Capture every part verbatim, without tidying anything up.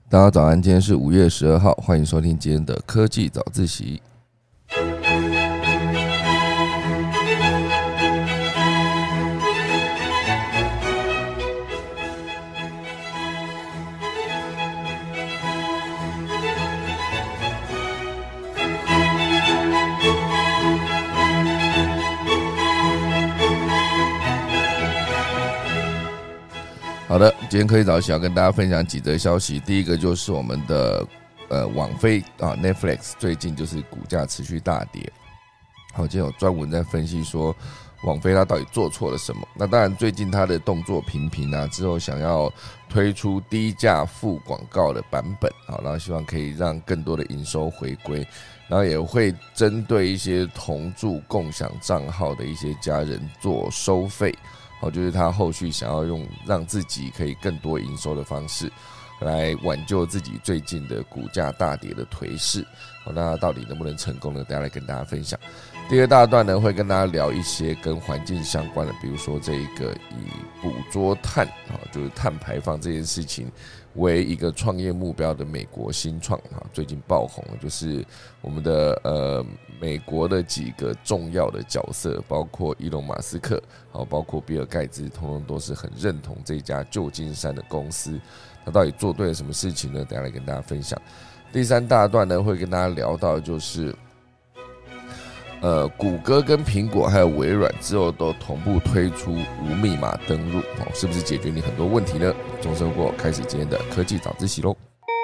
大家早安，今天是五月十二号，欢迎收听今天的科技早自习。好的，今天科技早起要跟大家分享几则消息。第一个就是我们的呃网飞啊 Netflix 最近就是股价持续大跌。好，今天有专文在分析说网飞它到底做错了什么。那当然最近它的动作频频啊，之后想要推出低价付广告的版本，好，然后希望可以让更多的营收回归，然后也会针对一些同住共享账号的一些家人做收费。好，就是他后续想要用让自己可以更多营收的方式，来挽救自己最近的股价大跌的颓势。好，那到底能不能成功呢？等一下来跟大家分享。第二大段呢，会跟大家聊一些跟环境相关的，比如说这一个以捕捉碳，就是碳排放这件事情为一个创业目标的美国新创，最近爆红了，就是我们的呃美国的几个重要的角色，包括伊隆马斯克，包括比尔盖茨，通通都是很认同这家旧金山的公司。他到底做对了什么事情呢？等一下来跟大家分享。第三大段呢，会跟大家聊到就是。呃，谷歌跟苹果还有微软之后都同步推出无密码登入，是不是解决你很多问题呢？钟声过，开始今天的科技早自习喽。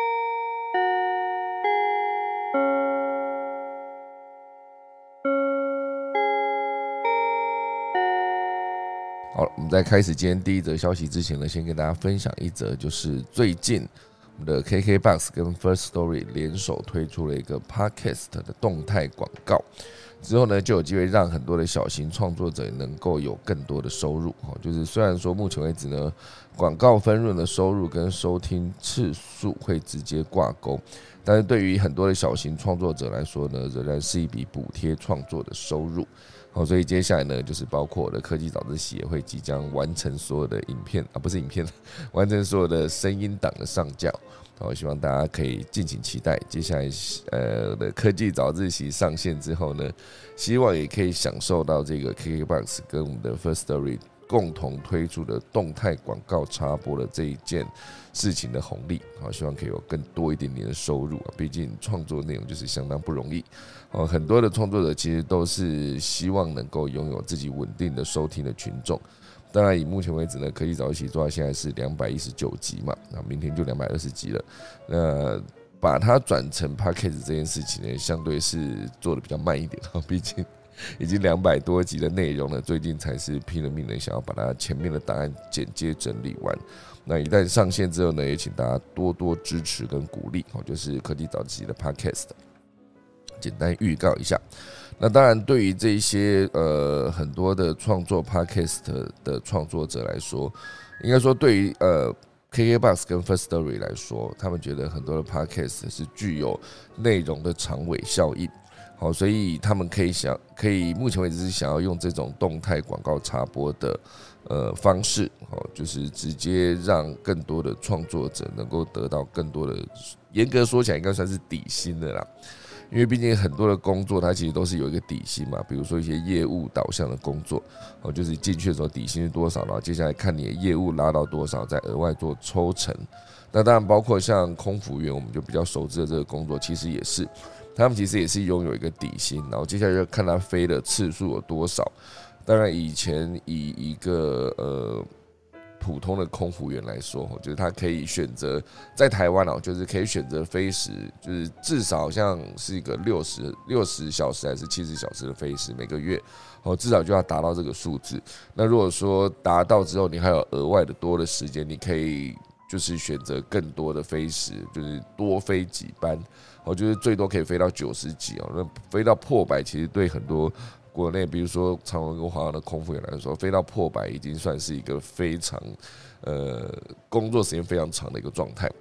好了，我们在开始今天第一则消息之前呢，先跟大家分享一则，就是最近我们的 K K B O X 跟 Firstory 联手推出了一个 Podcast 的动态广告。之后呢，就有机会让很多的小型创作者能够有更多的收入。就是虽然说目前为止呢，广告分润的收入跟收听次数会直接挂钩，但是对于很多的小型创作者来说呢，仍然是一笔补贴创作的收入。好，所以接下来呢，就是包括我的科技早自习也会即将完成所有的影片啊，不是影片，完成所有的声音档的上架。好，希望大家可以敬请期待。接下来，呃的科技早自习上线之后呢，希望也可以享受到这个 K K B O X 跟我们的 Firstory 共同推出的动态广告插播的这一件事情的红利。好，希望可以有更多一点点的收入啊，毕竟创作内容就是相当不容易。好，很多的创作者其实都是希望能够拥有自己稳定的收听的群众。当然，以目前为止呢，科技早自习做到现在是两百一十九集嘛，那明天就两百二十集了。那把它转成 Podcast 这件事情呢，相对是做的比较慢一点，毕竟已经两百多集的内容了，最近才是拼了命的想要把它前面的档案剪接整理完。那一旦上线之后呢，也请大家多多支持跟鼓励，就是科技早自习的 Podcast。简单预告一下。那当然，对于这些呃很多的创作 Podcast 的创作者来说，应该说对于呃 K K B O X 跟 Firstory 来说，他们觉得很多的 Podcast 是具有内容的长尾效应。好，所以他们可以想，可以目前为止是想要用这种动态广告插播的呃方式，好，就是直接让更多的创作者能够得到更多的，严格说起来应该算是底薪的啦。因为毕竟很多的工作，它其实都是有一个底薪嘛，比如说一些业务导向的工作，就是进去的时候底薪是多少，然后接下来看你的业务拉到多少，再额外做抽成。那当然包括像空服员，我们就比较熟知的这个工作，其实也是，他们其实也是拥有一个底薪，然后接下来就看他飞的次数有多少。当然以前以一个呃。普通的空服员来说，我觉得他可以选择在台湾哦，就是可以选择飞时，就是至少好像是一个六十六十小时还是七十小时的飞时，每个月哦至少就要达到这个数字。那如果说达到之后，你还有额外的多的时间，你可以就是选择更多的飞时，就是多飞几班，哦，就是最多可以飞到九十几哦，那飞到破百，其实对很多。国内比如说长荣跟华航的空服员来说，飞到破百已经算是一个非常呃工作时间非常长的一个状态。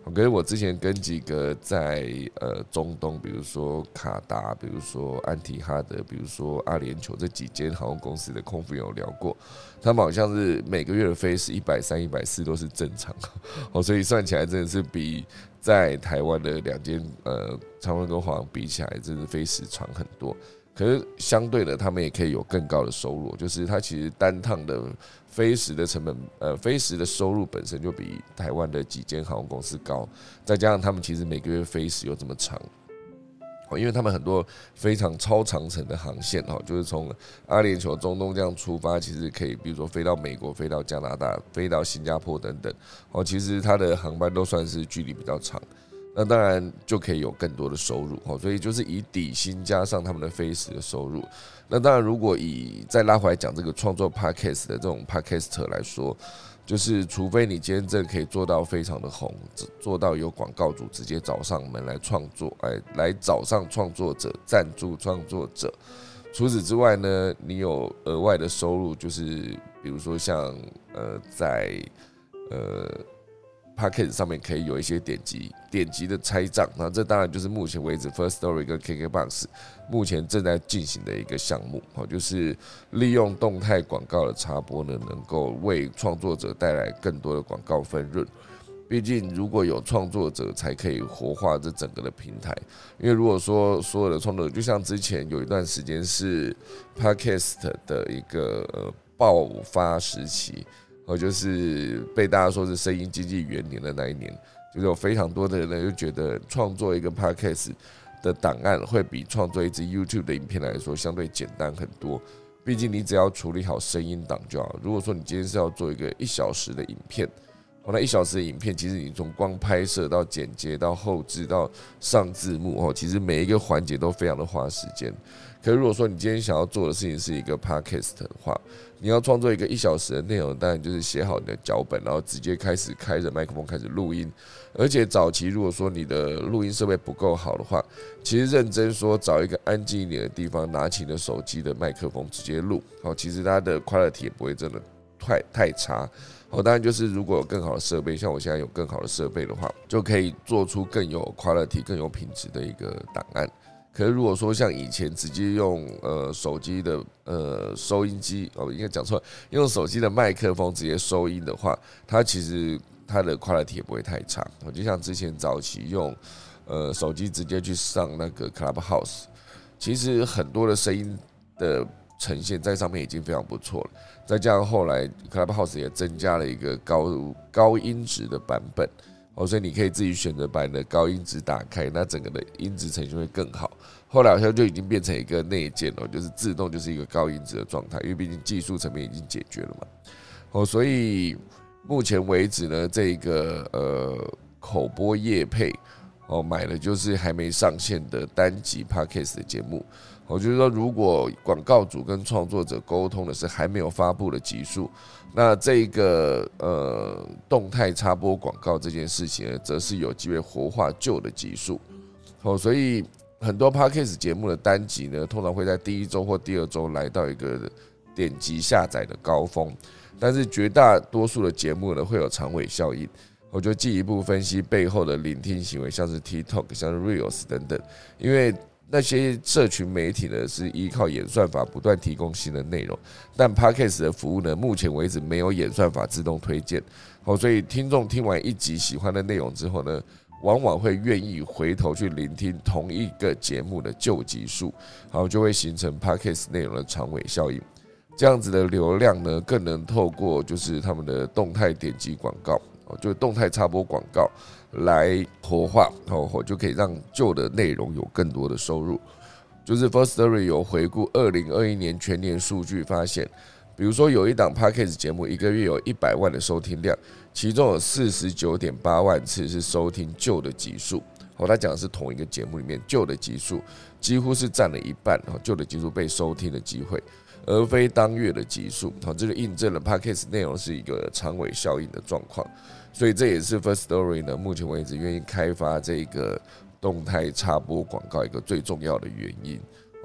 可是我之前跟几个在呃中东，比如说卡达，比如说安提哈德，比如说阿联酋这几间航空公司的空服员有聊过，他们好像是每个月的飞时一百三、一百四都是正常，哦，所以算起来真的是比在台湾的两间呃长荣跟华航比起来，真的飞时长很多。可是相对的，他们也可以有更高的收入，就是它其实单趟的飞时的成本，呃，飞时的收入本身就比台湾的几间航空公司高，再加上他们其实每个月飞时又这么长，因为他们很多非常超长程的航线，就是从阿联酋、中东这样出发，其实可以，比如说飞到美国、飞到加拿大、飞到新加坡等等，其实它的航班都算是距离比较长。那当然就可以有更多的收入，所以就是以底薪加上他们的飞时的收入。那当然，如果以再拉回来讲这个创作 podcast 的这种 podcaster 来说，就是除非你今天真的可以做到非常的红，做到有广告主直接找上门来创作，来来找上创作者赞助创作者。除此之外呢，你有额外的收入，就是比如说像呃在呃。Podcast 上面可以有一些点击点击的拆账，那这当然就是目前为止 First Story 跟 K K B O X 目前正在进行的一个项目，就是利用动态广告的插播呢，能够为创作者带来更多的广告分润。毕竟如果有创作者，才可以活化这整个的平台。因为如果说所有的创作者，就像之前有一段时间是 Podcast 的一个呃爆发时期。就是被大家说是声音经济元年的那一年，就是有非常多的人就觉得创作一个 podcast 的档案会比创作一支 YouTube 的影片来说相对简单很多。毕竟你只要处理好声音档就好。如果说你今天是要做一个一小时的影片，那一小时的影片，其实你从光拍摄到剪接到后制到上字幕，其实每一个环节都非常的花时间。可是如果说你今天想要做的事情是一个 podcast 的话，你要创作一个一小时的内容，当然就是写好你的脚本，然后直接开始开着麦克风开始录音。而且早期如果说你的录音设备不够好的话，其实认真说找一个安静一点的地方，拿起你的手机的麦克风直接录，其实它的 quality 也不会真的太太差。当然就是如果有更好的设备，像我现在有更好的设备的话，就可以做出更有 quality 更有品质的一个档案。可是如果说像以前直接用呃手机的呃收音机，哦应该讲错了，用手机的麦克风直接收音的话，它其实它的 quality 也不会太差。就像之前早期用呃手机直接去上那个 Clubhouse， 其实很多的声音的呈现在上面已经非常不错了。再加上后来 Clubhouse 也增加了一个高高音质的版本。哦，所以你可以自己选择把你的高音质打开，那整个的音质呈现会更好。后来好像就已经变成一个内建了，就是自动就是一个高音质的状态，因为毕竟技术层面已经解决了嘛。哦，所以目前为止呢，这个呃口播业配哦买的就是还没上线的单集 Podcast 的节目。我就是说，如果广告主跟创作者沟通的是还没有发布的集数，那这个呃动态插播广告这件事情呢，则是有机会活化旧的集数。哦，所以很多 Podcast 节目的单集呢，通常会在第一周或第二周来到一个点击下载的高峰，但是绝大多数的节目呢，会有长尾效应。我就进一步分析背后的聆听行为，像是 TikTok、像是 Reels 等等，因为那些社群媒体呢是依靠演算法不断提供新的内容，但 Podcast 的服务呢，目前为止没有演算法自动推荐，所以听众听完一集喜欢的内容之后呢，往往会愿意回头去聆听同一个节目的旧集数，然后就会形成 Podcast 内容的长尾效应。这样子的流量呢，更能透过就是他们的动态点击广告，就是动态插播广告来活化，就可以让旧的内容有更多的收入。就是 Firstory 有回顾二零二一年全年数据，发现，比如说有一档 Podcast 节目一个月有一百万的收听量，其中有 四十九点八万次是收听旧的集数。他讲的是同一个节目里面旧的集数几乎是占了一半，旧的集数被收听的机会，而非当月的集数。这就印证了 Podcast 内容是一个长尾效应的状况。所以这也是 Firstory 呢目前为止愿意开发这个动态插播广告一个最重要的原因。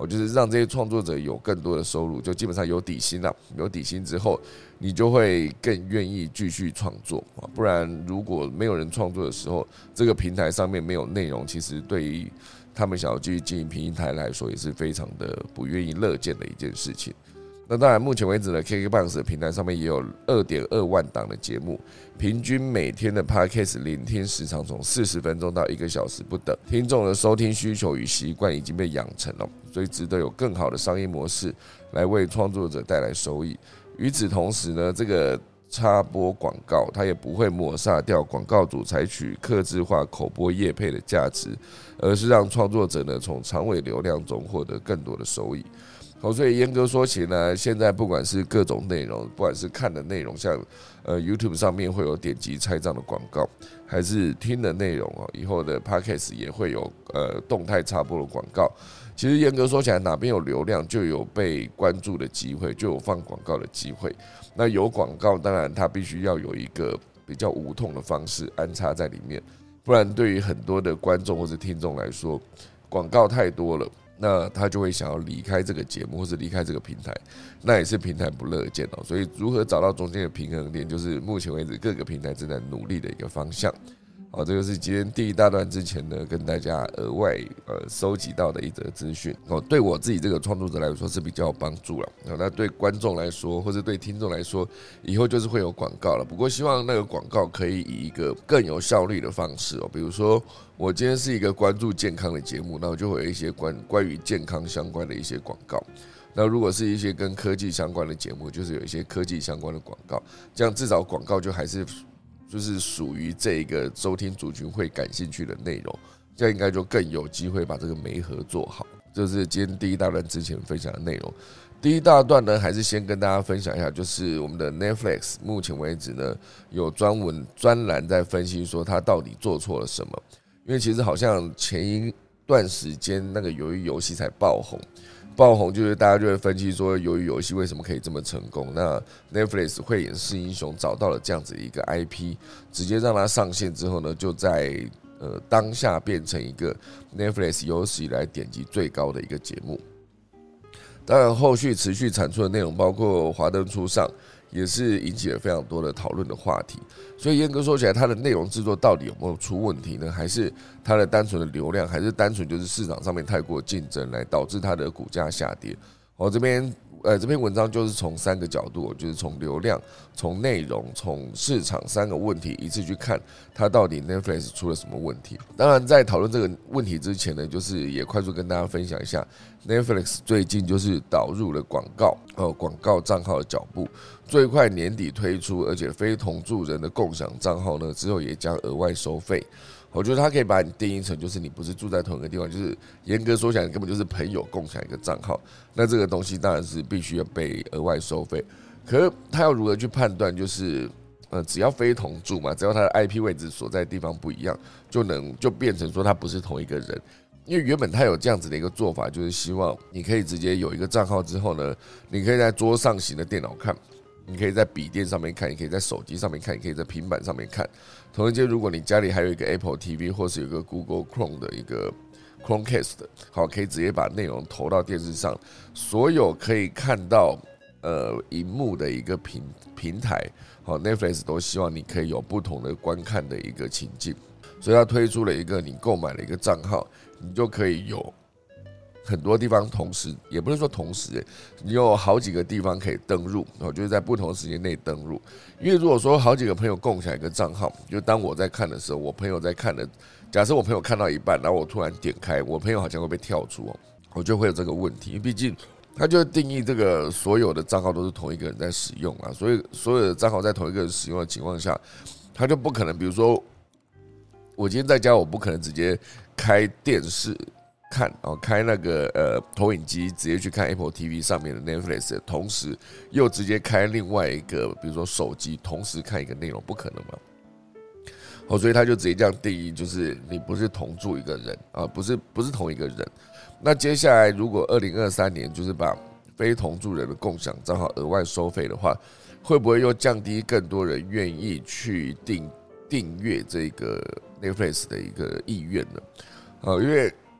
哦，就是让这些创作者有更多的收入，就基本上有底薪了。有底薪之后，你就会更愿意继续创作啊。不然，如果没有人创作的时候，这个平台上面没有内容，其实对于他们想要继续经营平台来说，也是非常的不愿意乐见的一件事情。那当然，目前为止呢 ，K K B O X 的平台上面也有 二点二万档的节目，平均每天的 Podcast 聆听时长从四十分钟到一个小时不等。听众的收听需求与习惯已经被养成了，所以值得有更好的商业模式来为创作者带来收益。与此同时呢，这个插播广告它也不会抹杀掉广告主采取客制化口播业配的价值，而是让创作者呢从长尾流量中获得更多的收益。哦，所以严格说起呢，现在不管是各种内容，不管是看的内容，像呃 YouTube 上面会有点击拆账的广告，还是听的内容哦，以后的 Podcast 也会有呃动态插播的广告。其实严格说起来，哪边有流量就有被关注的机会，就有放广告的机会。那有广告，当然它必须要有一个比较无痛的方式安插在里面，不然对于很多的观众或者听众来说，广告太多了。那他就会想要离开这个节目，或是离开这个平台，那也是平台不乐见哦。所以如何找到中间的平衡点，就是目前为止各个平台正在努力的一个方向。好，这就是今天第一大段之前呢，跟大家额外呃收集到的一则资讯哦，对我自己这个创作者来说是比较有帮助了。那对观众来说，或是对听众来说，以后就是会有广告了。不过希望那个广告可以以一个更有效率的方式哦，比如说我今天是一个关注健康的节目，那我就会有一些关关于健康相关的一些广告。那如果是一些跟科技相关的节目，就是有一些科技相关的广告，这样至少广告就还是。就是属于这个收听族群会感兴趣的内容，这样应该就更有机会把这个媒合做好。这是今天第一大段之前分享的内容。第一大段呢，还是先跟大家分享一下，就是我们的 Netflix 目前为止呢有专文专栏在分析说它到底做错了什么。因为其实好像前一段时间那个鱿鱼游戏才爆红。爆红就是大家就会分析说，鱿鱼游戏为什么可以这么成功？那 Netflix 慧眼识英雄找到了这样子的一个 I P， 直接让它上线之后呢，就在呃当下变成一个 Netflix 有史以来点击最高的一个节目。当然，后续持续产出的内容包括《华灯初上》，也是引起了非常多的讨论的话题。所以严格说起来，它的内容制作到底有没有出问题呢？还是它的单纯的流量，还是单纯就是市场上面太过竞争来导致它的股价下跌？我这边呃这篇文章就是从三个角度，就是从流量、从内容、从市场三个问题一次去看它到底 Netflix 出了什么问题。当然，在讨论这个问题之前呢，就是也快速跟大家分享一下 Netflix 最近就是导入了广告呃广告账号的脚步，最快年底推出，而且非同住人的共享账号呢之后也将额外收费。我觉得它可以把你定义成，就是你不是住在同一个地方，就是严格说起来，你根本就是朋友共享一个账号。那这个东西当然是必须要被额外收费。可是它要如何去判断？就是呃，只要非同住嘛，只要它的 I P 位置所在的地方不一样，就能就变成说它不是同一个人。因为原本它有这样子的一个做法，就是希望你可以直接有一个账号之后呢，你可以在桌上型的电脑看。你可以在笔电上面看，你可以在手机上面看，你可以在平板上面看。同时间，如果你家里还有一个 Apple T V 或是有一个 Google Chrome 的一个 Chromecast， 好，可以直接把内容投到电视上。所有可以看到呃荧幕的一个平平台，好 ，Netflix 都希望你可以有不同的观看的一个情境，所以它推出了一个你购买了一个账号，你就可以有。很多地方同时，也不是说同时，你有好几个地方可以登入，就是在不同时间内登入。因为如果说好几个朋友共享一个账号，就当我在看的时候，我朋友在看的，假设我朋友看到一半，然后我突然点开，我朋友好像会被跳出哦，我就会有这个问题。毕竟他就定义这个所有的账号都是同一个人在使用啊，所以所有的账号在同一个人使用的情况下，他就不可能，比如说我今天在家，我不可能直接开电视。看哦，开那个呃投影机，直接去看 Apple T V 上面的 Netflix， 同时又直接开另外一个，比如说手机，同时看一个内容，不可能嘛？哦，所以他就直接这样定义，就是你不是同住一个人啊，不是不是同一个人。那接下来如果二零二三年就是把非同住人的共享账号额外收费的话，会不会又降低更多人愿意去订订阅这个 Netflix 的一个意愿呢？啊，因为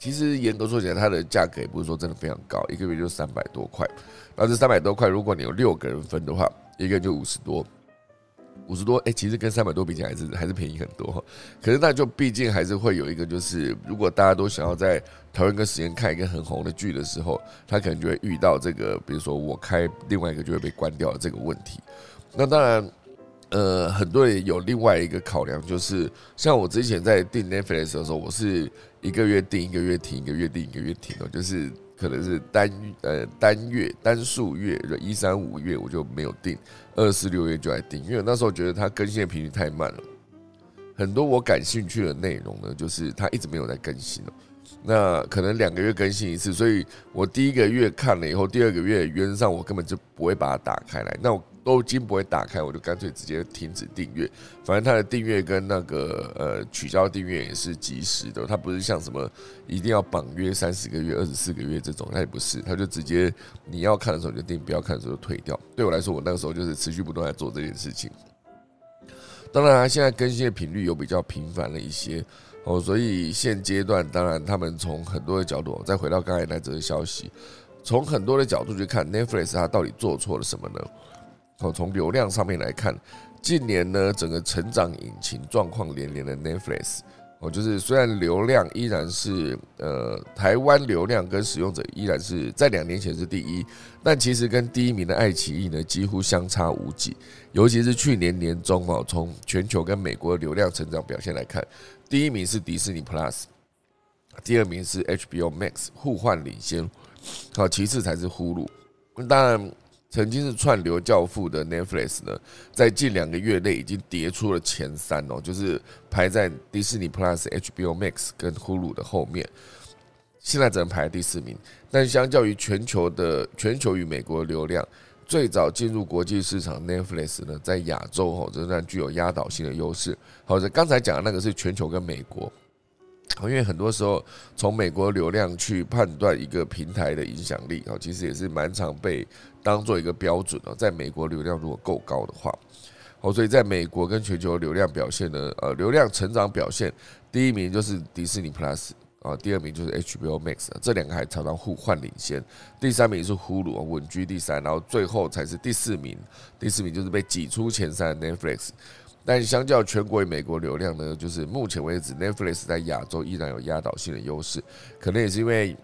其实严格说起来，它的价格也不是说真的非常高，一个月就三百多块。然后这三百多块，如果你有六个人分的话，一个人就五十多，五十多，哎、欸，其实跟三百多比起来还是还是便宜很多。可是那就毕竟还是会有一个，就是如果大家都想要在同一个时间看一个很红的剧的时候，他可能就会遇到这个，比如说我开另外一个就会被关掉的这个问题。那当然。呃，很多人有另外一个考量，就是像我之前在订 Netflix 的时候，我是一个月订一个月停，一个月订一个月停哦，就是可能是单呃单月单数月，就一三五月我就没有订，二四六月就来订，因为那时候觉得它更新的频率太慢了，很多我感兴趣的内容呢，就是它一直没有在更新了。那可能两个月更新一次，所以我第一个月看了以后，第二个月原则上我根本就不会把它打开来。那我都已经不会打开，我就干脆直接停止订阅。反正它的订阅跟那个呃取消订阅也是即时的，它不是像什么一定要绑约三十个月、二十四个月这种，它也不是，它就直接你要看的时候就订，不要看的时候就退掉。对我来说，我那个时候就是持续不断在做这件事情。当然，它现在更新的频率有比较频繁了一些。哦，所以现阶段，当然他们从很多的角度，再回到刚才那则消息，从很多的角度去看 Netflix 它到底做错了什么呢？哦，从流量上面来看，近年呢整个成长引擎状况连连的 Netflix， 哦，就是虽然流量依然是呃台湾流量跟使用者依然是在两年前是第一，但其实跟第一名的爱奇艺呢几乎相差无几，尤其是去年年中哦，从全球跟美国的流量成长表现来看。第一名是迪士尼 Plus， 第二名是 H B O Max， 互换领先。好，其次才是 Hulu。当然，曾经是串流教父的 Netflix 呢，在近两个月内已经跌出了前三哦，就是排在迪士尼 Plus、H B O Max 跟 Hulu 的后面。现在只能排第四名，但相较于全球的全球与美国的流量。最早进入国际市场 Netflix 呢，在亚洲哦仍然具有压倒性的优势。好，刚才讲的那个是全球跟美国，因为很多时候从美国流量去判断一个平台的影响力，其实也是蛮常被当做一个标准。在美国流量如果够高的话，所以在美国跟全球流量表现呢，呃，流量成长表现，第一名就是迪士尼 Plus。啊，第二名就是 H B O Max， 这两个还常常互换领先。第三名是 Hulu 稳居第三，然后最后才是第四名。第四名就是被挤出前三的 Netflix。但相较全国与美国流量呢，就是目前为止 Netflix 在亚洲依然有压倒性的优势，可能也是因为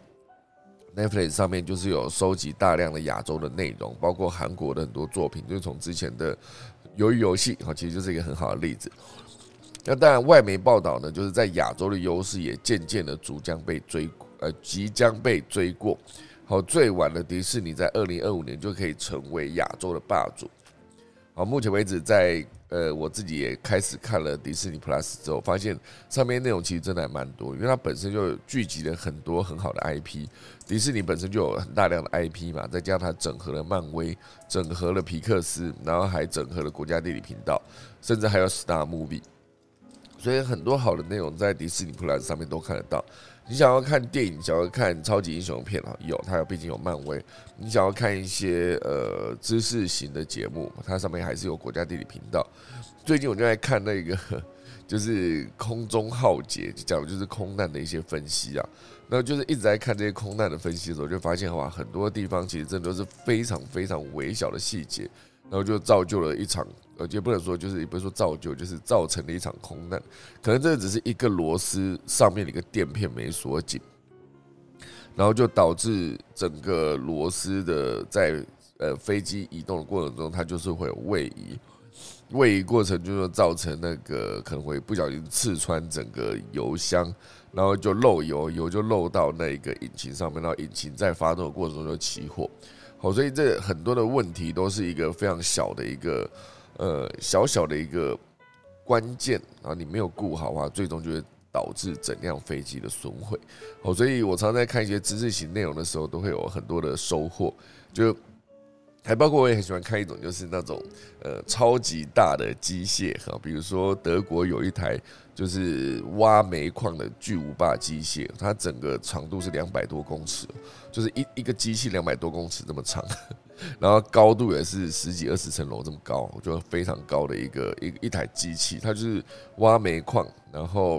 Netflix 上面就是有收集大量的亚洲的内容，包括韩国的很多作品，就是从之前的鱿鱼游戏，其实就是一个很好的例子。那当然，外媒报道呢，就是在亚洲的优势也渐渐的逐将被追，呃，即将被追过。好，最晚的迪士尼在二零二五年就可以成为亚洲的霸主。好，目前为止在，呃，我自己也开始看了迪士尼 Plus 之后，发现上面内容其实真的还蛮多，因为它本身就聚集了很多很好的 I P。迪士尼本身就有很大量的 I P 嘛，再加上它整合了漫威，整合了皮克斯，然后还整合了国家地理频道，甚至还有 Star Movie。所以很多好的内容在迪士尼 Plus 上面都看得到。你想要看电影，想要看超级英雄片有，它毕竟有漫威。你想要看一些呃知识型的节目，它上面还是有国家地理频道。最近我就在看那个就是空中浩劫，讲的就是空难的一些分析啊。那就是一直在看这些空难的分析的时候，就发现哇，很多地方其实真的都是非常非常微小的细节，然后就造就了一场。呃，也不能说就是也不是说造就，就是造成了一场空难。可能这只是一个螺丝上面的一个垫片没锁紧，然后就导致整个螺丝的在呃飞机移动的过程中，它就是会有位移，位移过程就会造成那个可能会不小心刺穿整个油箱，然后就漏油，油就漏到那个引擎上面，然后引擎在发动的过程中就起火。好，所以这很多的问题都是一个非常小的一个。呃，小小的一个关键啊，你没有顾好的话，最终就会导致整辆飞机的损毁。好，所以我常常在看一些知识型内容的时候，都会有很多的收获。就还包括我也很喜欢看一种，就是那种呃超级大的机械哈，比如说德国有一台就是挖煤矿的巨无霸机械，它整个长度是两百多公尺，就是一一个机器两百多公尺这么长。然后高度也是十几二十层楼这么高，我觉得非常高的一个一一台机器，它就是挖煤矿，然后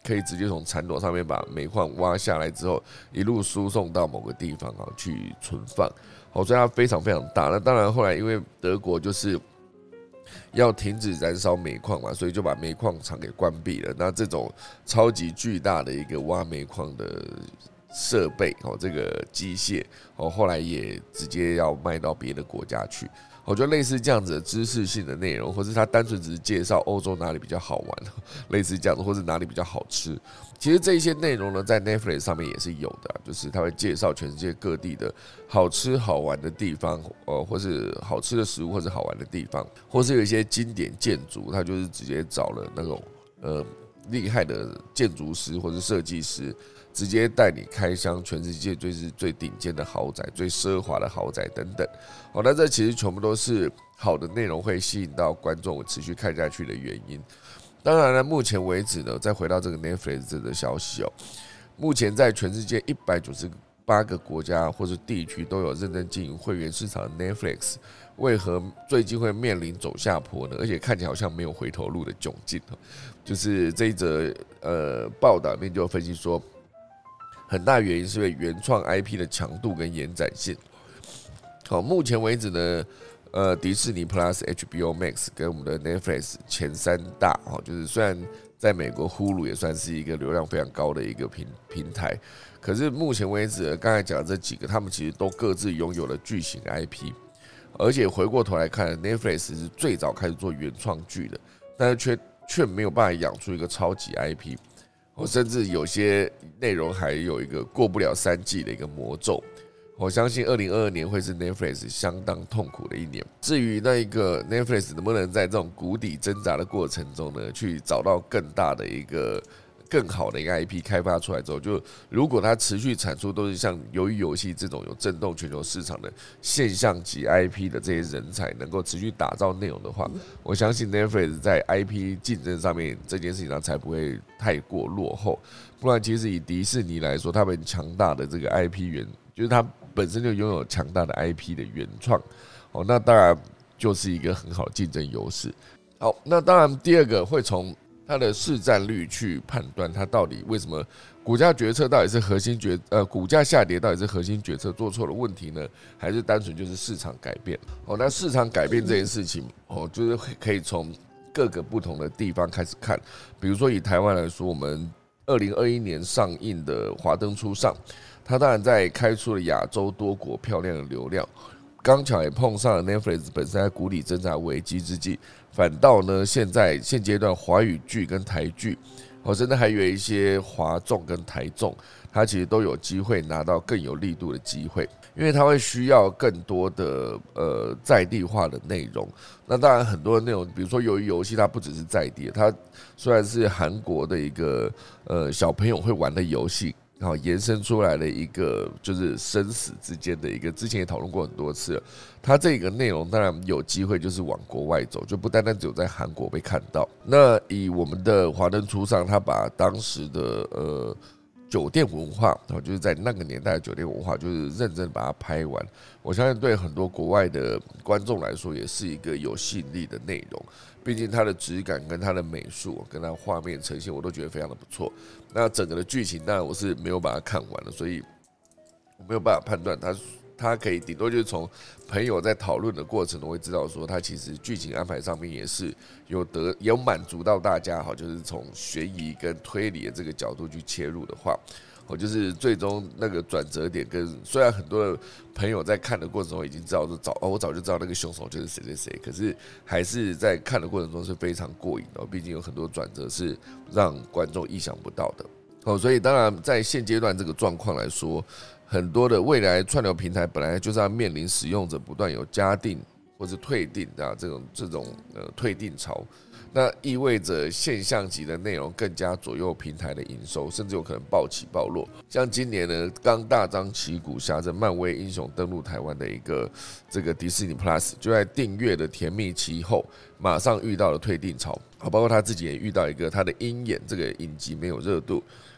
可以直接从产斗上面把煤矿挖下来之后，一路输送到某个地方啊去存放。好，所以它非常非常大。那当然后来因为德国就是要停止燃烧煤矿嘛，所以就把煤矿厂给关闭了。那这种超级巨大的一个挖煤矿的设备哦，这个机械哦，后来也直接要卖到别的国家去。我觉得类似这样子的知识性的内容，或是他单纯只是介绍欧洲哪里比较好玩，类似这样子，或是哪里比较好吃。其实这一些内容呢，在 Netflix 上面也是有的，就是他会介绍全世界各地的好吃好玩的地方，呃，或是好吃的食物，或是好玩的地方，或是有一些经典建筑，他就是直接找了那种呃厉害的建筑师或是设计师。直接带你开箱全世界最是最顶尖的豪宅、最奢华的豪宅等等。哦，那这其实全部都是好的内容会吸引到观众持续看下去的原因。当然了，目前为止呢，再回到这个 Netflix 的消息哦，目前在全世界一百九十八个国家或是地区都有认真经营会员市场的 Netflix， 为何最近会面临走下坡呢？而且看起来好像没有回头路的窘境。就是这一则呃报道里面就分析说，很大原因是因为原创 I P 的强度跟延展性。好，目前为止呢，呃，迪士尼 Plus、H B O Max 跟我们的 Netflix 前三大，就是虽然在美国 Hulu 也算是一个流量非常高的一个平平台，可是目前为止，刚才讲的这几个，他们其实都各自拥有了巨型 I P， 而且回过头来看 ，Netflix 是最早开始做原创剧的，但是却却没有办法养出一个超级 I P。我甚至有些内容还有一个过不了三季的一个魔咒。我相信二零二二年会是 Netflix 相当痛苦的一年。至于那一个 Netflix 能不能在这种谷底挣扎的过程中呢，去找到更大的一个、更好的一个 I P 开发出来之后，就如果它持续产出都是像鱿鱼游戏这种有震动全球市场的现象级 I P 的这些人才，能够持续打造内容的话，我相信 Netflix 在 I P 竞争上面这件事情上才不会太过落后。不然，其实以迪士尼来说，他们强大的这个 I P 原，就是它本身就拥有强大的 I P 的原创，哦，那当然就是一个很好的竞争优势。好，那当然第二个会从它的市占率去判断它到底为什么股价决策到底是核心决呃股价下跌到底是核心决策做错了问题呢，还是单纯就是市场改变？哦，那市场改变这件事情，哦，就是可以从各个不同的地方开始看，比如说以台湾来说，我们二零二一年上映的《华灯初上》，它当然在开出了亚洲多国漂亮的流量，刚巧也碰上了 Netflix 本身在谷底挣扎危机之际，反倒呢现在现阶段华语剧跟台剧，哦，甚至还有一些华综跟台综，它其实都有机会拿到更有力度的机会，因为它会需要更多的呃在地化的内容。那当然很多的内容，比如说鱿鱼游戏，它不只是在地，它虽然是韩国的一个呃小朋友会玩的游戏。然后延伸出来的一个就是生死之间的一个，之前也讨论过很多次了。它这个内容当然有机会就是往国外走，就不单单只有在韩国被看到。那以我们的华灯初上，他把当时的呃酒店文化，就是在那个年代的酒店文化，就是认真把它拍完。我相信对很多国外的观众来说，也是一个有吸引力的内容。毕竟它的质感跟它的美术跟它画面呈现，我都觉得非常的不错。那整个的剧情，当然我是没有把它看完了，所以我没有办法判断它。它可以顶多就是从朋友在讨论的过程中会知道说，它其实剧情安排上面也是有得有满足到大家，好，就是从悬疑跟推理的这个角度去切入的话。我就是最终那个转折点跟，虽然很多的朋友在看的过程中已经知道说早哦，我早就知道那个凶手就是谁谁谁，可是还是在看的过程中是非常过瘾的，毕竟有很多转折是让观众意想不到的。哦，所以当然在现阶段这个状况来说，很多的未来串流平台本来就是要面临使用者不断有加订或是退订啊这种这种呃退订潮。那意味着现象级的内容更加左右平台的营收，甚至有可能暴起暴落。像今年呢，刚大张旗鼓挟着漫威英雄登陆台湾的一个这个迪士尼 Plus， 就在订阅的甜蜜期后，马上遇到了退订潮。好，包括他自己也遇到一个他的鹰眼这个影集没有热度，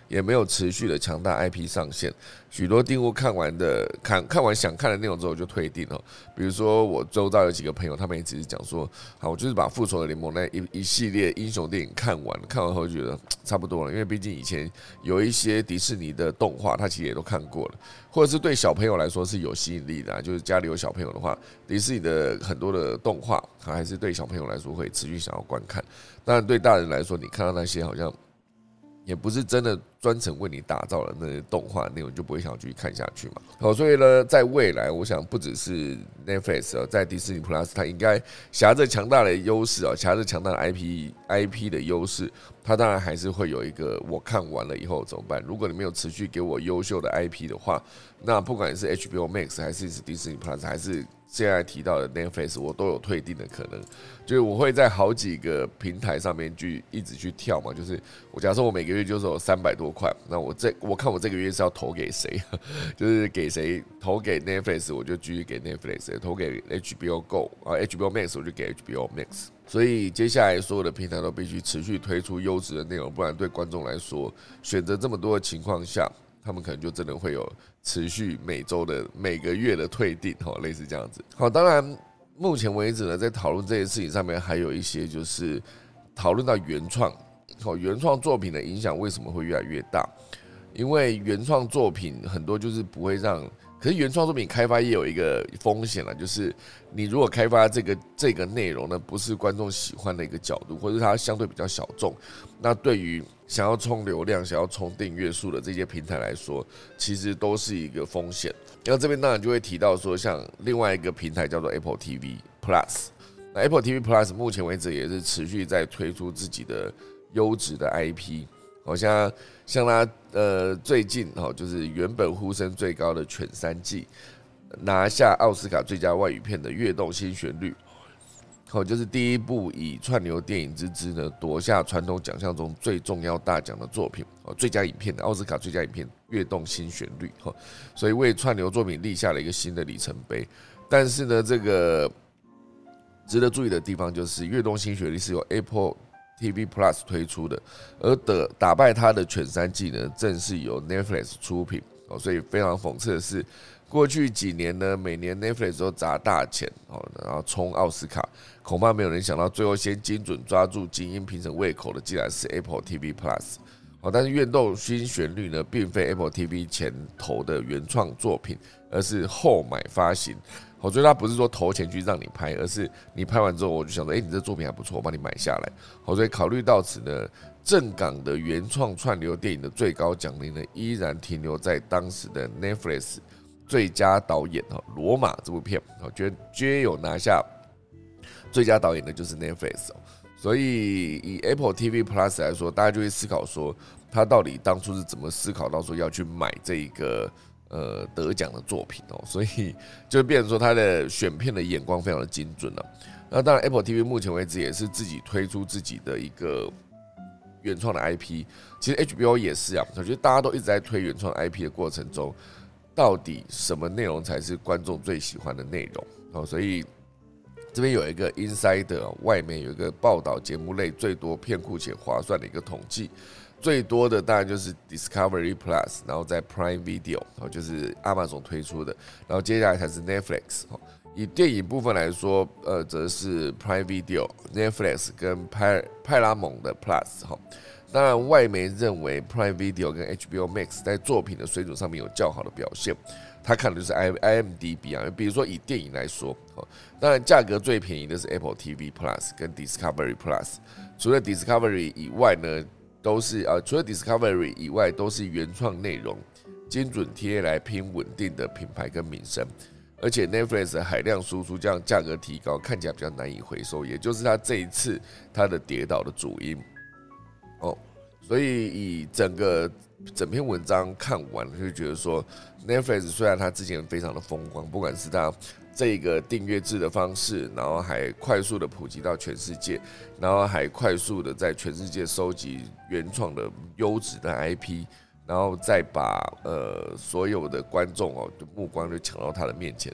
也没有持续的强大 I P 上线。许多订户看完的看看完想看的内容之后就退订了。比如说我周遭有几个朋友，他们也只是讲说，好，我就是把复仇者联盟那一一系列英雄电影看完，看完后就觉得差不多了，因为毕竟以前有一些迪士尼的动画，他其实也都看过了，或者是对小朋友来说是有吸引力的、啊，就是家里有小朋友的话，迪士尼的很多的动画，还是对小朋友来说会持续想要观看。当然，对大人来说，你看到那些好像也不是真的专程为你打造的那些动画内容，就不会想要继续看下去嘛。好，所以呢，在未来，我想不只是 Netflix 在迪士尼 Plus， 它应该挟着强大的优势啊，挟着强大的 I P I P 的优势，它当然还是会有一个我看完了以后怎么办？如果你没有持续给我优秀的 I P 的话，那不管是 H B O Max 还是迪士尼 Plus 还是现在提到的 Netflix， 我都有退订的可能，就是我会在好几个平台上面去一直去跳嘛。就是我假设我每个月就是有三百多块，那我这我看我这个月是要投给谁，就是给谁投给 Netflix， 我就继续给 Netflix； 投给 H B O Go 啊 H B O Max 我就给 H B O Max。所以接下来所有的平台都必须持续推出优质的内容，不然对观众来说，选择这么多的情况下，他们可能就真的会有持续每周的、每个月的退订，类似这样子。好，当然目前为止呢，在讨论这件事情上面，还有一些就是讨论到原创，好，原创作品的影响为什么会越来越大？因为原创作品很多就是不会让。可是原创作品开发也有一个风险了，就是你如果开发这个这个内容呢，不是观众喜欢的一个角度，或者它相对比较小众，那对于想要冲流量、想要冲订阅数的这些平台来说，其实都是一个风险。然后这边当然就会提到说，像另外一个平台叫做 Apple T V Plus， 那 Apple T V Plus 目前为止也是持续在推出自己的优质的 I P。好像像他呃最近哈，就是原本呼声最高的《犬三季》拿下奥斯卡最佳外语片的《跃动新旋律》，好，就是第一部以串流电影之姿呢夺下传统奖项中最重要大奖的作品，最佳影片的奥斯卡最佳影片《跃动新旋律》哈，所以为串流作品立下了一个新的里程碑。但是呢，这个值得注意的地方就是《跃动新旋律》是由 Apple T V Plus 推出的，而得打败它的《犬三季》呢，正是由 Netflix 出品，所以非常讽刺的是，过去几年呢，每年 Netflix 都砸大钱，然后冲奥斯卡，恐怕没有人想到，最后先精准抓住精英评审胃口的，竟然是 Apple T V Plus。但是《跃动新旋律》呢，并非 Apple T V 前投的原创作品，而是后买发行。所以他不是说投钱去让你拍，而是你拍完之后，我就想说，哎、欸，你这作品还不错，我帮你买下来。好，所以考虑到此呢，正港的原创串流电影的最高奖励呢，依然停留在当时的 Netflix 最佳导演《罗马》这部片，觉得皆有拿下最佳导演的就是 Netflix。所以以 Apple T V Plus 来说，大家就会思考说，他到底当初是怎么思考到说要去买这一个。呃，得奖的作品哦，所以就变成说他的选片的眼光非常的精准了。那当然 ，Apple T V 目前为止也是自己推出自己的一个原创的 I P。其实 H B O 也是啊，我觉得大家都一直在推原创 I P 的过程中，到底什么内容才是观众最喜欢的内容？哦，所以这边有一个 Insider 外面有一个报道节目类最多片库且划算的一个统计。最多的当然就是 Discovery Plus， 然后在 Prime Video， 就是 Amazon 推出的，然后接下来才是 Netflix。以电影部分来说，呃，则是 Prime Video、Netflix 跟派派拉蒙的 Plus。当然，外媒认为 Prime Video 跟 H B O Max 在作品的水准上面有较好的表现。他看的就是 I M D B 啊，比如说以电影来说，当然价格最便宜的是 Apple T V Plus 跟 Discovery Plus。除了 Discovery 以外呢？都是呃，除了 Discovery 以外，都是原创内容，精准贴来拼稳定的品牌跟名声。而且 Netflix 的海量输出，这样价格提高，看起来比较难以回收，也就是它这一次它的跌倒的主因。哦，所以以整个整篇文章看完，就觉得说 Netflix 虽然它之前非常的风光，不管是它这个订阅制的方式，然后还快速的普及到全世界，然后还快速的在全世界收集原创的优质的 I P， 然后再把呃所有的观众哦的目光就抢到他的面前。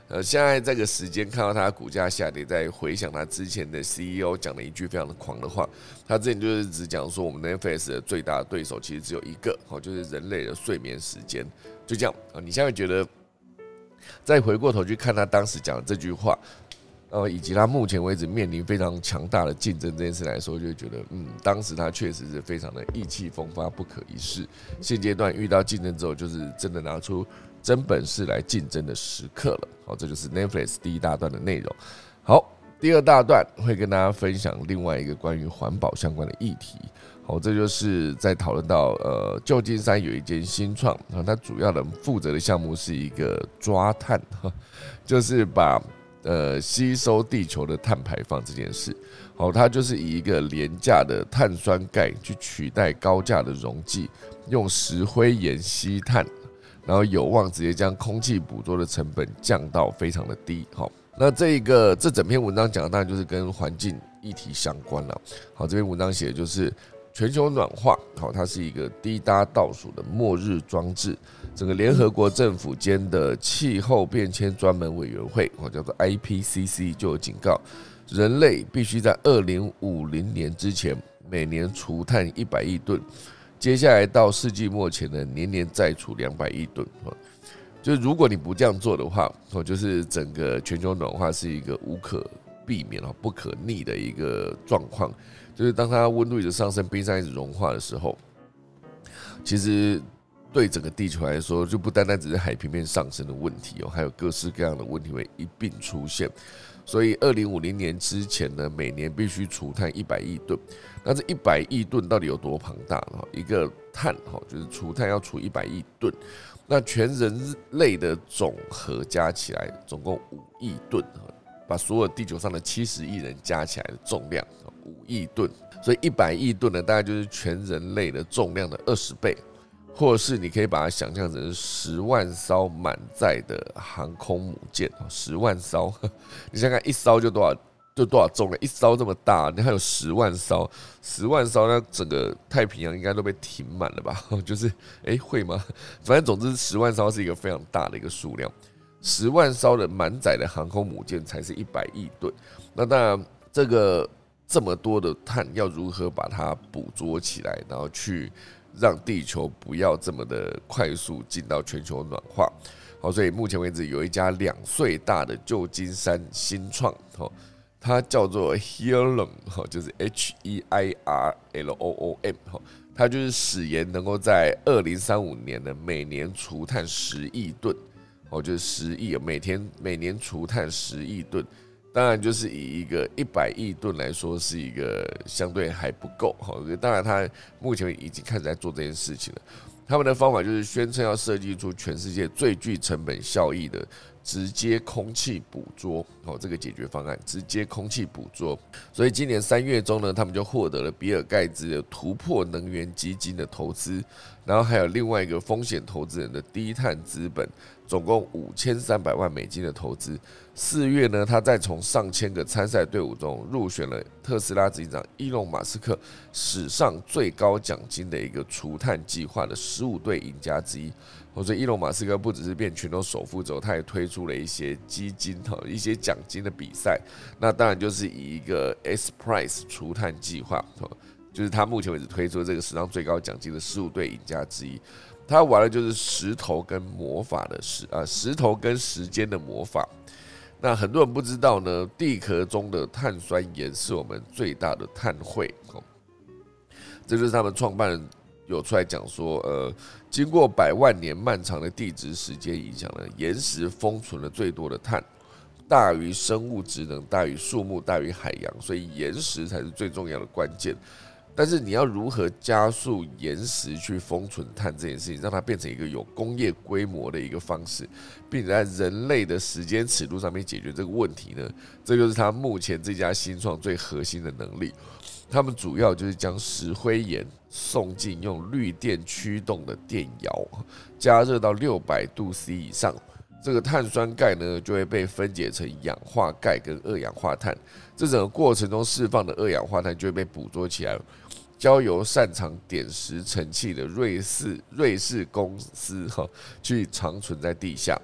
呃，现在这个时间看到它的股价下跌，在回想他之前的 C E O 讲了一句非常的狂的话，他之前就是只讲说我们 Netflix 的最大的对手其实只有一个，就是人类的睡眠时间，就这样。你现在觉得，再回过头去看他当时讲的这句话，呃，以及他目前为止面临非常强大的竞争这件事来说，就会觉得，嗯，当时他确实是非常的意气风发、不可一世。现阶段遇到竞争之后，就是真的拿出真本事来竞争的时刻了。好，这就是 Netflix 第一大段的内容。好，第二大段会跟大家分享另外一个关于环保相关的议题。好，这就是在讨论到呃，旧金山有一间新创，它主要的负责的项目是一个抓碳，就是把呃吸收地球的碳排放这件事。好，它就是以一个廉价的碳酸钙去取代高价的溶剂，用石灰岩吸碳。然后有望直接将空气捕捉的成本降到非常的低。好，那这一个这整篇文章讲的当然就是跟环境议题相关了。好，这篇文章写的就是全球暖化，好，它是一个滴答倒数的末日装置。整个联合国政府间的气候变迁专门委员会，叫做 I P C C 就有警告，人类必须在二零五零年之前每年除碳一百亿吨。接下来到世纪末前呢，年年再除两百亿吨。就是如果你不这样做的话，就是整个全球暖化是一个无可避免、不可逆的一个状况。就是当它温度一直上升，冰山一直融化的时候，其实对整个地球来说，就不单单只是海平面上升的问题哦，还有各式各样的问题会一并出现。所以，二零五零年之前呢，每年必须除碳一百亿吨。那这一百亿吨到底有多庞大呢？一个碳就是除碳要除一百亿吨，那全人类的总和加起来总共五亿吨，把所有地球上的七十亿人加起来的重量五亿吨，所以一百亿吨呢，大概就是全人类的重量的二十倍。或者是你可以把它想象成十万艘满载的航空母舰，十万艘，你想想看，一艘就多少，就多少重量？一艘这么大，你还有十万艘，十万艘，那整个太平洋应该都被停满了吧？就是，哎、欸，会吗？反正总之，十万艘是一个非常大的一个数量，十万艘的满载的航空母舰才是一百亿吨。那当然，这个这么多的碳要如何把它捕捉起来，然后去让地球不要这么的快速进到全球暖化。好，所以目前为止有一家两岁大的旧金山新创，它叫做 Heirloom， 就是 H E I R L O O M， 它就是誓言能够在二零三五年呢每年除碳十亿吨，就是十亿，每天每年除碳十亿吨。当然，就是以一个一百亿吨来说，是一个相对还不够。当然，他目前已经开始在做这件事情了。他们的方法就是宣称要设计出全世界最具成本效益的直接空气捕捉，这个解决方案，直接空气捕捉。所以今年三月中呢，他们就获得了比尔盖茨的突破能源基金的投资，然后还有另外一个风险投资人的低碳资本，总共五千三百万美金的投资。四月呢，他再从上千个参赛队伍中入选了特斯拉执行长伊隆马斯克史上最高奖金的一个除碳计划的十五队赢家之一。所以伊隆马斯克不只是变全球首富之后，他也推出了一些基金、一些奖金的比赛。那当然就是以一个 S Prize 除碳计划，就是他目前为止推出的这个史上最高奖金的十五队赢家之一。他玩的就是石头跟魔法的石啊，石头跟时间的魔法。那很多人不知道呢，地壳中的碳酸盐是我们最大的碳汇。这就是他们创办人有出来讲说，呃，经过百万年漫长的地质时间影响呢，岩石封存了最多的碳，大于生物质能，大于树木，大于海洋，所以岩石才是最重要的关键。但是你要如何加速岩石去封存碳这件事情，让它变成一个有工业规模的一个方式，并且在人类的时间尺度上面解决这个问题呢？这就是他目前这家新创最核心的能力。他们主要就是将石灰岩送进用绿电驱动的电窑，加热到六百度 C 以上，这个碳酸钙呢就会被分解成氧化钙跟二氧化碳，这整个过程中释放的二氧化碳就会被捕捉起来，交由擅长点石成器的瑞士瑞士公司去长存在地下。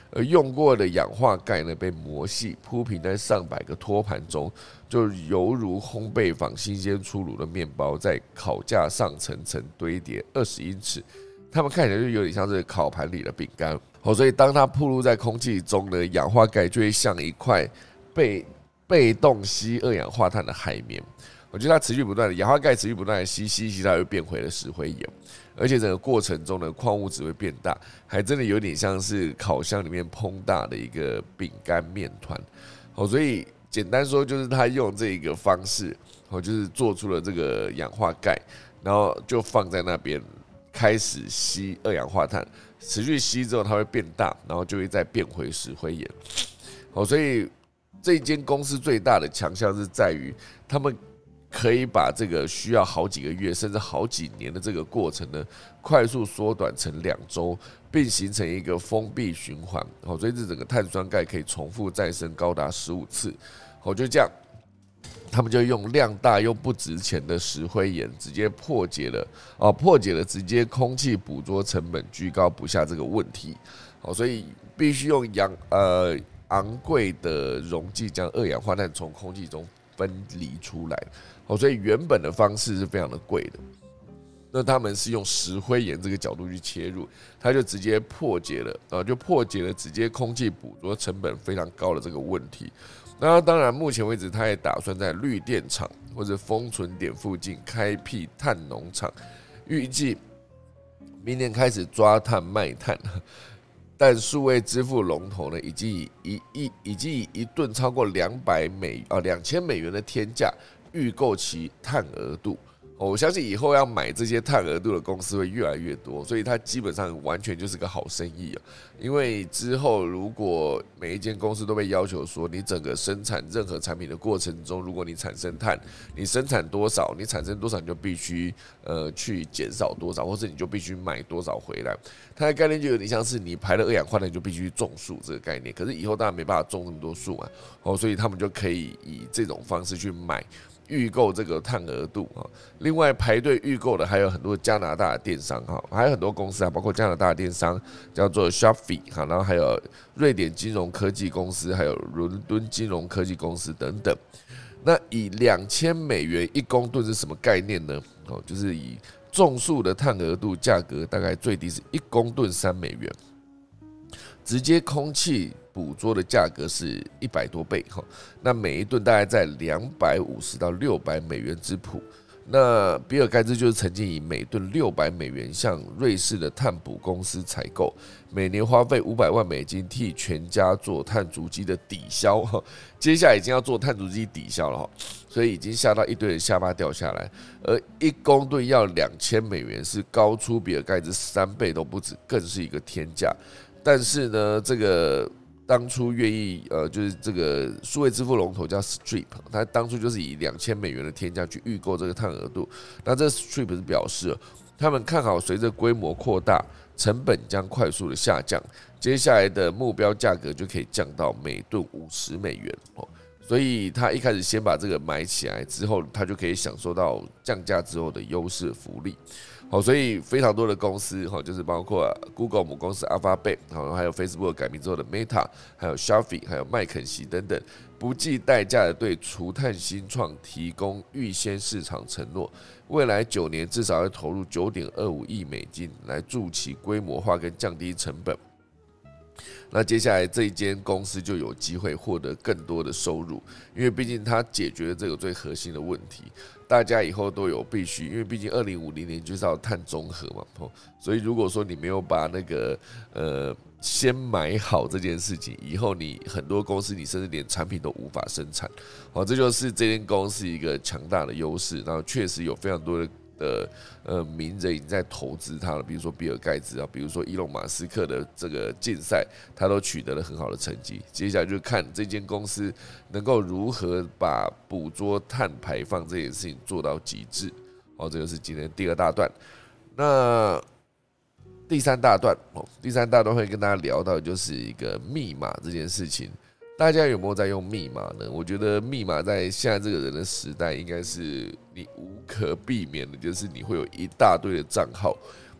而用过的氧化钙呢被磨细，铺平在上百个托盘中，就犹如烘焙坊新鲜出炉的面包，在烤架上层层堆叠二十英尺，它们看起来就有点像是烤盘里的饼干。哦，所以当它暴露在空气中的氧化钙就会像一块被被动吸二氧化碳的海绵。我觉得它持续不断的氧化钙持续不断的吸吸吸，它会变回了石灰岩，而且整个过程中的矿物质会变大，还真的有点像是烤箱里面膨大的一个饼干面团。哦，所以简单说就是他用这个方式，哦，就是做出了这个氧化钙，然后就放在那边开始吸二氧化碳，持续吸之后它会变大，然后就会再变回石灰岩。哦，所以这间公司最大的强项是在于他们可以把这个需要好几个月甚至好几年的这个过程呢，快速缩短成两周，并形成一个封闭循环。所以这整个碳酸钙可以重复再生高达十五次。就这样，他们就用量大又不值钱的石灰岩，直接破解了哦，破解了直接空气捕捉成本居高不下这个问题。所以必须用氧呃昂贵的溶剂将二氧化碳从空气中分离出来。所以原本的方式是非常的贵的，那他们是用石灰岩这个角度去切入，他就直接破解了，就破解了直接空气捕捉成本非常高的这个问题。那当然，目前为止，他也打算在绿电厂或者封存点附近开辟碳农场，预计明年开始抓碳卖碳。但数位支付龙头呢，已经以一一已经以一吨超过两百美啊两千美元的天价预购其碳额度。我相信以后要买这些碳额度的公司会越来越多，所以它基本上完全就是个好生意啊。因为之后如果每一间公司都被要求说，你整个生产任何产品的过程中，如果你产生碳，你生产多少，你产生多少，你就必须呃去减少多少，或者你就必须买多少回来。它的概念就有点像是你排了二氧化碳，你就必须种树这个概念。可是以后当然没办法种那么多树嘛，哦，所以他们就可以以这种方式去买。预购这个碳额度啊，另外排队预购的还有很多加拿大的电商哈，还有很多公司啊，包括加拿大的电商叫做 Shopify 哈，然后还有瑞典金融科技公司，还有伦敦金融科技公司等等。那以两千美元一公吨是什么概念呢？哦，就是以种树的碳额度价格大概最低是一公吨三美元，直接空气捕捉的价格是一百多倍，那每一吨大概在两百五十到六百美元之谱。那比尔盖茨就是曾经以每吨六百美元向瑞士的碳捕公司采购，每年花费五百万美金替全家做碳足迹的抵消。接下来已经要做碳足迹抵消了，所以已经吓到一堆人下巴掉下来。而一公吨要两千美元，是高出比尔盖茨三倍都不止，更是一个天价。但是呢，这个当初愿意呃，就是这个数位支付龙头叫 Stripe， 它当初就是以两千美元的天价去预购这个碳额度。那这 Stripe 是表示，他们看好随着规模扩大，成本将快速的下降，接下来的目标价格就可以降到每吨五十美元。所以他一开始先把这个买起来之后，他就可以享受到降价之后的优势福利。好，所以非常多的公司，就是包括 Google 母公司 Alphabet， 还有 Facebook 改名之后的 Meta， 还有 Shopify， 还有麦肯锡等等，不计代价的对除碳新创提供预先市场承诺，未来九年至少要投入 九点二五亿美金来助其规模化跟降低成本。那接下来这一间公司就有机会获得更多的收入，因为毕竟它解决了这个最核心的问题，大家以后都有必须，因为毕竟二零五零年就是要碳中和嘛，所以如果说你没有把那个呃先买好这件事情，以后你很多公司你甚至连产品都无法生产，好，这就是这间公司一个强大的优势，然后确实有非常多的。的呃名人已经在投资它了，比如说比尔盖茨啊，比如说伊隆马斯克的这个竞赛，他都取得了很好的成绩。接下来就看这间公司能够如何把捕捉碳排放这件事情做到极致。好，这就是今天第二大段。那第三大段，第三大段会跟大家聊到就是一个密码这件事情。大家有没有在用密码呢？我觉得密码在现在这个人的时代，应该是你无可避免的，就是你会有一大堆的账号，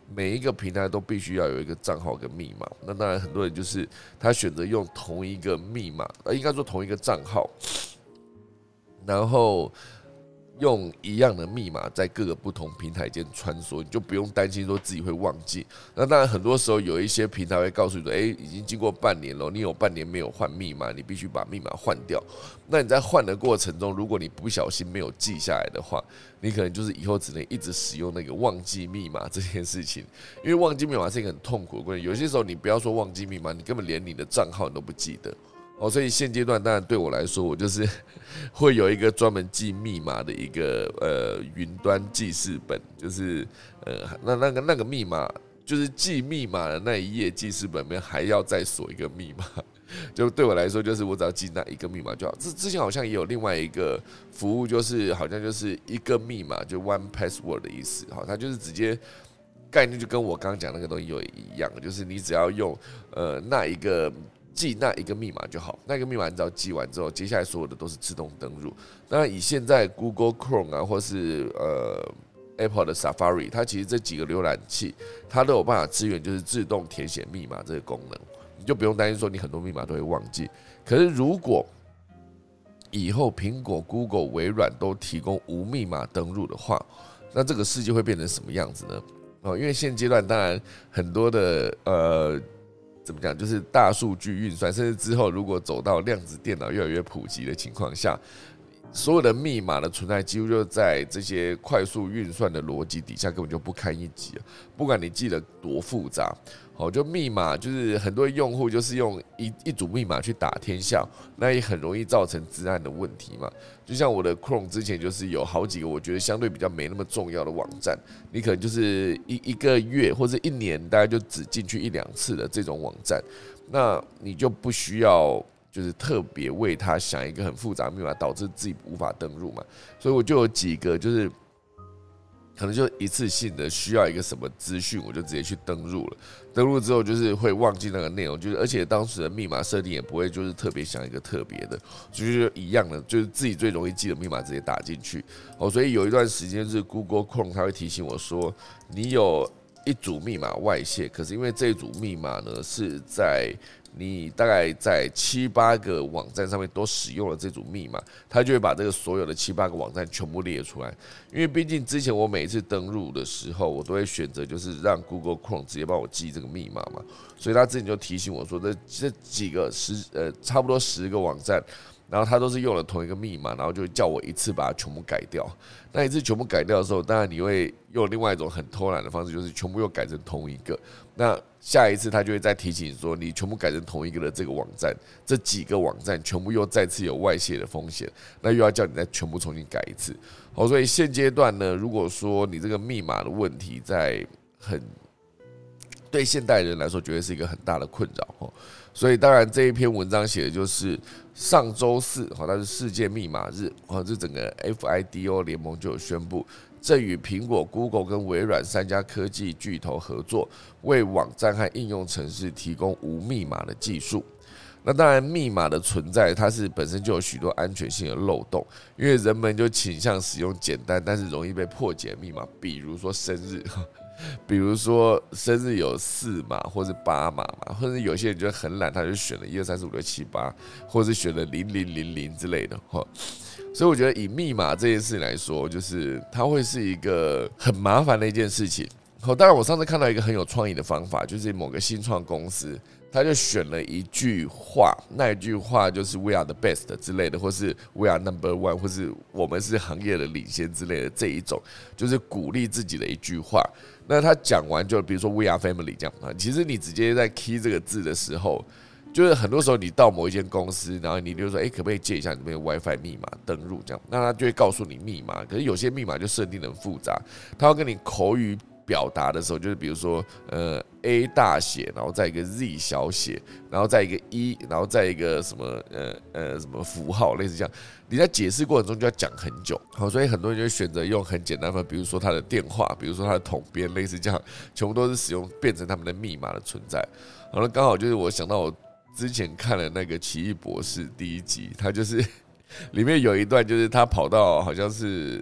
每一个平台都必须要有一个账号跟密码。那当然，很多人就是他选择用同一个密码，呃，应该说同一个账号，然后用一样的密码在各个不同平台间穿梭，你就不用担心说自己会忘记。那当然，很多时候有一些平台会告诉你说，哎、欸，已经经过半年了，你有半年没有换密码，你必须把密码换掉。那你在换的过程中，如果你不小心没有记下来的话，你可能就是以后只能一直使用那个忘记密码这件事情，因为忘记密码是一个很痛苦的过程。有些时候你不要说忘记密码，你根本连你的账号你都不记得。哦，所以现阶段当然对我来说，我就是会有一个专门记密码的一个呃云端记事本，就是呃那那个那个密码就是记密码的那一页记事本里面还要再锁一个密码，就对我来说就是我只要记那一个密码就好。之之前好像也有另外一个服务，就是好像就是一个密码就 one password 的意思，好，它就是直接。概念就跟我刚刚讲那个东西有一样，就是你只要用呃那一个记那一个密码就好，那个密码你只要记完之后，接下来所有的都是自动登入。那以现在 Google Chrome 啊，或是呃 Apple 的 Safari， 它其实这几个浏览器它都有办法支援，就是自动填写密码这个功能，你就不用担心说你很多密码都会忘记。可是如果以后苹果、Google、微软都提供无密码登入的话，那这个世界会变成什么样子呢？哦，因为现阶段当然很多的呃，怎么讲，就是大数据运算，甚至之后如果走到量子电脑越来越普及的情况下，所有的密码的存在几乎就在这些快速运算的逻辑底下，根本就不堪一击了。不管你记得多复杂，哦，就密码就是很多用户就是用一一组密码去打天下，那也很容易造成资安的问题嘛。就像我的 Chrome 之前就是有好几个我觉得相对比较没那么重要的网站，你可能就是一一个月或者一年大概就只进去一两次的这种网站，那你就不需要就是特别为他想一个很复杂的密码，导致自己无法登入嘛。所以我就有几个就是可能就一次性的需要一个什么资讯，我就直接去登入了。登入之后就是会忘记那个内容，就是而且当时的密码设定也不会就是特别想一个特别的，就是一样的，就是自己最容易记的密码直接打进去。哦，所以有一段时间是 Google Chrome 它会提醒我说，你有一组密码外泄，可是因为这一组密码呢是在你大概在七八个网站上面都使用了这组密码，它就会把这个所有的七八个网站全部列出来。因为毕竟之前我每次登入的时候，我都会选择就是让 Google Chrome 直接帮我记这个密码嘛，所以他之前就提醒我说，这这几个十呃差不多十个网站。然后他都是用了同一个密码，然后就叫我一次把它全部改掉。那一次全部改掉的时候，当然你会用另外一种很偷懒的方式，就是全部又改成同一个。那下一次他就会再提醒说，你全部改成同一个的这个网站，这几个网站全部又再次有外泄的风险，那又要叫你再全部重新改一次。好，所以现阶段呢，如果说你这个密码的问题在很对现代人来说，绝对是一个很大的困扰。所以当然这一篇文章写的就是上周四，它是世界密码日，这整个 F I D O 联盟就有宣布，正与苹果、Google 跟微软三家科技巨头合作，为网站和应用程式提供无密码的技术。那当然，密码的存在，它是本身就有许多安全性的漏洞，因为人们就倾向使用简单但是容易被破解的密码，比如说生日。比如说生日有四码或是八码嘛，或者有些人就很懒，他就选了一二三四五六七八，或是选了零零零零之类的。所以我觉得以密码这件事来说，就是它会是一个很麻烦的一件事情。当然，我上次看到一个很有创意的方法，就是某个新创公司，他就选了一句话，那一句话就是 "We are the best" 之类的，或是 "We are number one"， 或是我们是行业的领先之类的这一种，就是鼓励自己的一句话。那他讲完就比如说 "We are family" 这样啊，其实你直接在 key 这个字的时候，就是很多时候你到某一间公司，然后你就说，哎、欸，可不可以借一下你那边的 WiFi 密码登入这样？那他就会告诉你密码。可是有些密码就设定得很复杂，他要跟你口语表达的时候，就是比如说，呃 ，A 大写，然后再一个 Z 小写，然后再一个一，然后再一个什么，呃呃，什么符号，类似这样。你在解释过程中就要讲很久，好，所以很多人就会选择用很简单的，比如说他的电话，比如说他的统编，类似这样，全部都是使用变成他们的密码的存在。好了，刚好就是我想到我之前看了那个《奇异博士》第一集，他就是里面有一段，就是他跑到好像是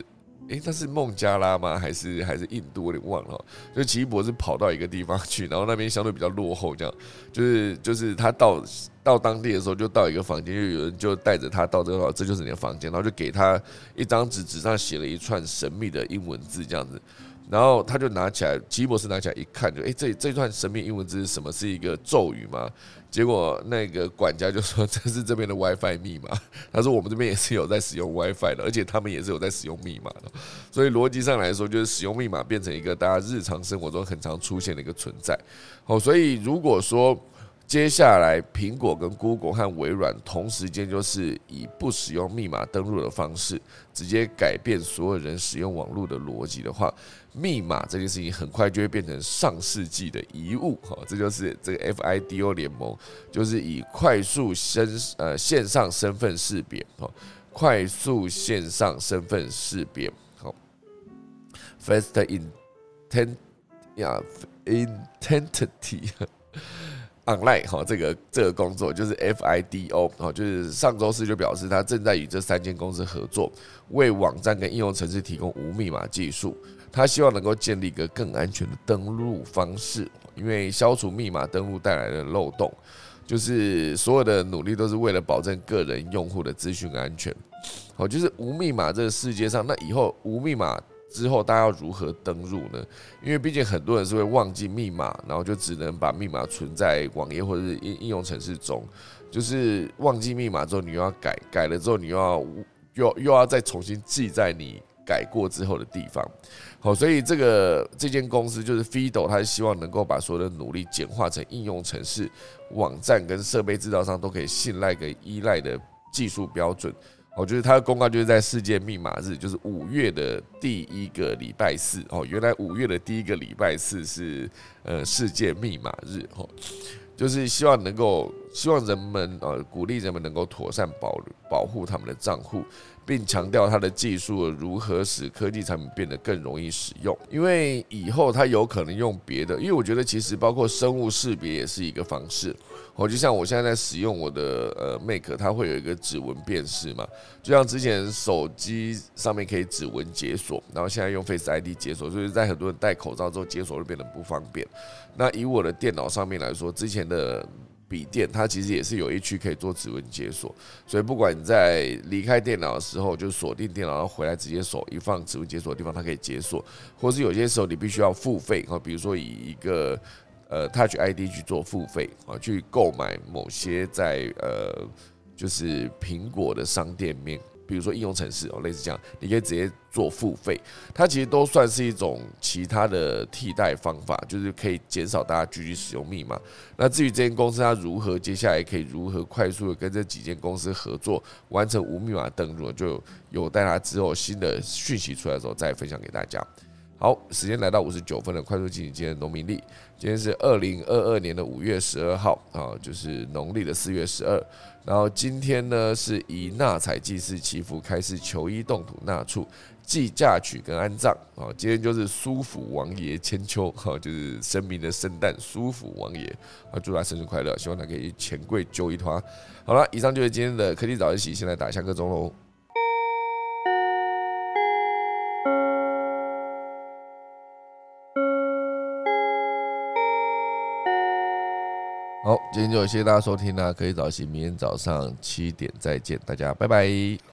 诶，那是孟加拉吗？还是还是印度？我有点忘了。就奇异博士跑到一个地方去，然后那边相对比较落后，这样就是就是他到到当地的时候，就到一个房间，就有人就带着他到这个，这就是你的房间，然后就给他一张纸，纸上写了一串神秘的英文字，这样子。然后他就拿起来，奇异博士拿起来一看，就哎，这这段神秘英文字是什么？是一个咒语吗？结果那个管家就说这是这边的 WiFi 密码。他说我们这边也是有在使用 WiFi 的，而且他们也是有在使用密码的。所以逻辑上来说，就是使用密码变成一个大家日常生活中很常出现的一个存在。好，所以如果说接下来苹果跟 Google 和微软同时间就是以不使用密码登录的方式，直接改变所有人使用网络的逻辑的话，密码这件事情很快就会变成上世纪的遗物。这就是这个 F I D O 联盟，就是以快速身呃线上身份识别，快速线上身份识别，好 ，Fast Intent 呀 Identity。Online 哈，这个这个工作就是 F I D O 哈，就是上周四就表示，他正在与这三间公司合作，为网站跟应用程式提供无密码技术。他希望能够建立一个更安全的登录方式，因为消除密码登录带来的漏洞，就是所有的努力都是为了保证个人用户的资讯安全。好，就是无密码这个世界上，那以后无密码之后，大家要如何登入呢？因为毕竟很多人是会忘记密码，然后就只能把密码存在网页或者是应用程式中。就是忘记密码之后，你又要改，改了之后你又要又又要再重新记在你改过之后的地方。好，所以这个这间公司就是 Fido， 它是希望能够把所有的努力简化成应用程式、网站跟设备制造商都可以信赖跟依赖的技术标准。哦，就是它的公告就是在世界密码日，就是五月的第一个礼拜四。哦，原来五月的第一个礼拜四是呃世界密码日。哦，就是希望能够希望人们呃鼓励人们能够妥善保保护他们的账户，并强调它的技术如何使科技产品变得更容易使用。因为以后它有可能用别的，因为我觉得其实包括生物识别也是一个方式。哦，就像我现在在使用我的呃 Mac， 它会有一个指纹辨识嘛，就像之前手机上面可以指纹解锁，然后现在用 Face I D 解锁，所以在很多人戴口罩之后解锁会变得不方便。那以我的电脑上面来说，之前的笔电它其实也是有一区可以做指纹解锁，所以不管你在离开电脑的时候就锁定电脑，然后回来直接手一放指纹解锁的地方，它可以解锁，或是有些时候你必须要付费，比如说以一个呃 Touch I D 去做付费啊，去购买某些在呃就是苹果的商店面，比如说应用程式哦，类似这样，你可以直接做付费，它其实都算是一种其他的替代方法，就是可以减少大家继续使用密码。那至于这间公司它如何接下来可以如何快速的跟这几间公司合作，完成无密码登录，就有待它之后新的讯息出来的时候再分享给大家。好，时间来到五十九分了，快速进行今天的农民历。今天是二零二二年的五月十二号啊，就是农历的四月十二。然后今天呢是以纳采祭祀祈福开市求医动土纳畜祭嫁娶跟安葬啊。今天就是苏府王爷千秋哈，就是神明的圣诞，苏府王爷啊，祝他生日快乐，希望他可以钱柜揪一团。好了，以上就是今天的科技早自习，先来打下个钟喽。好，今天就谢谢大家收听啦，可以早起，明天早上七点再见，大家拜拜。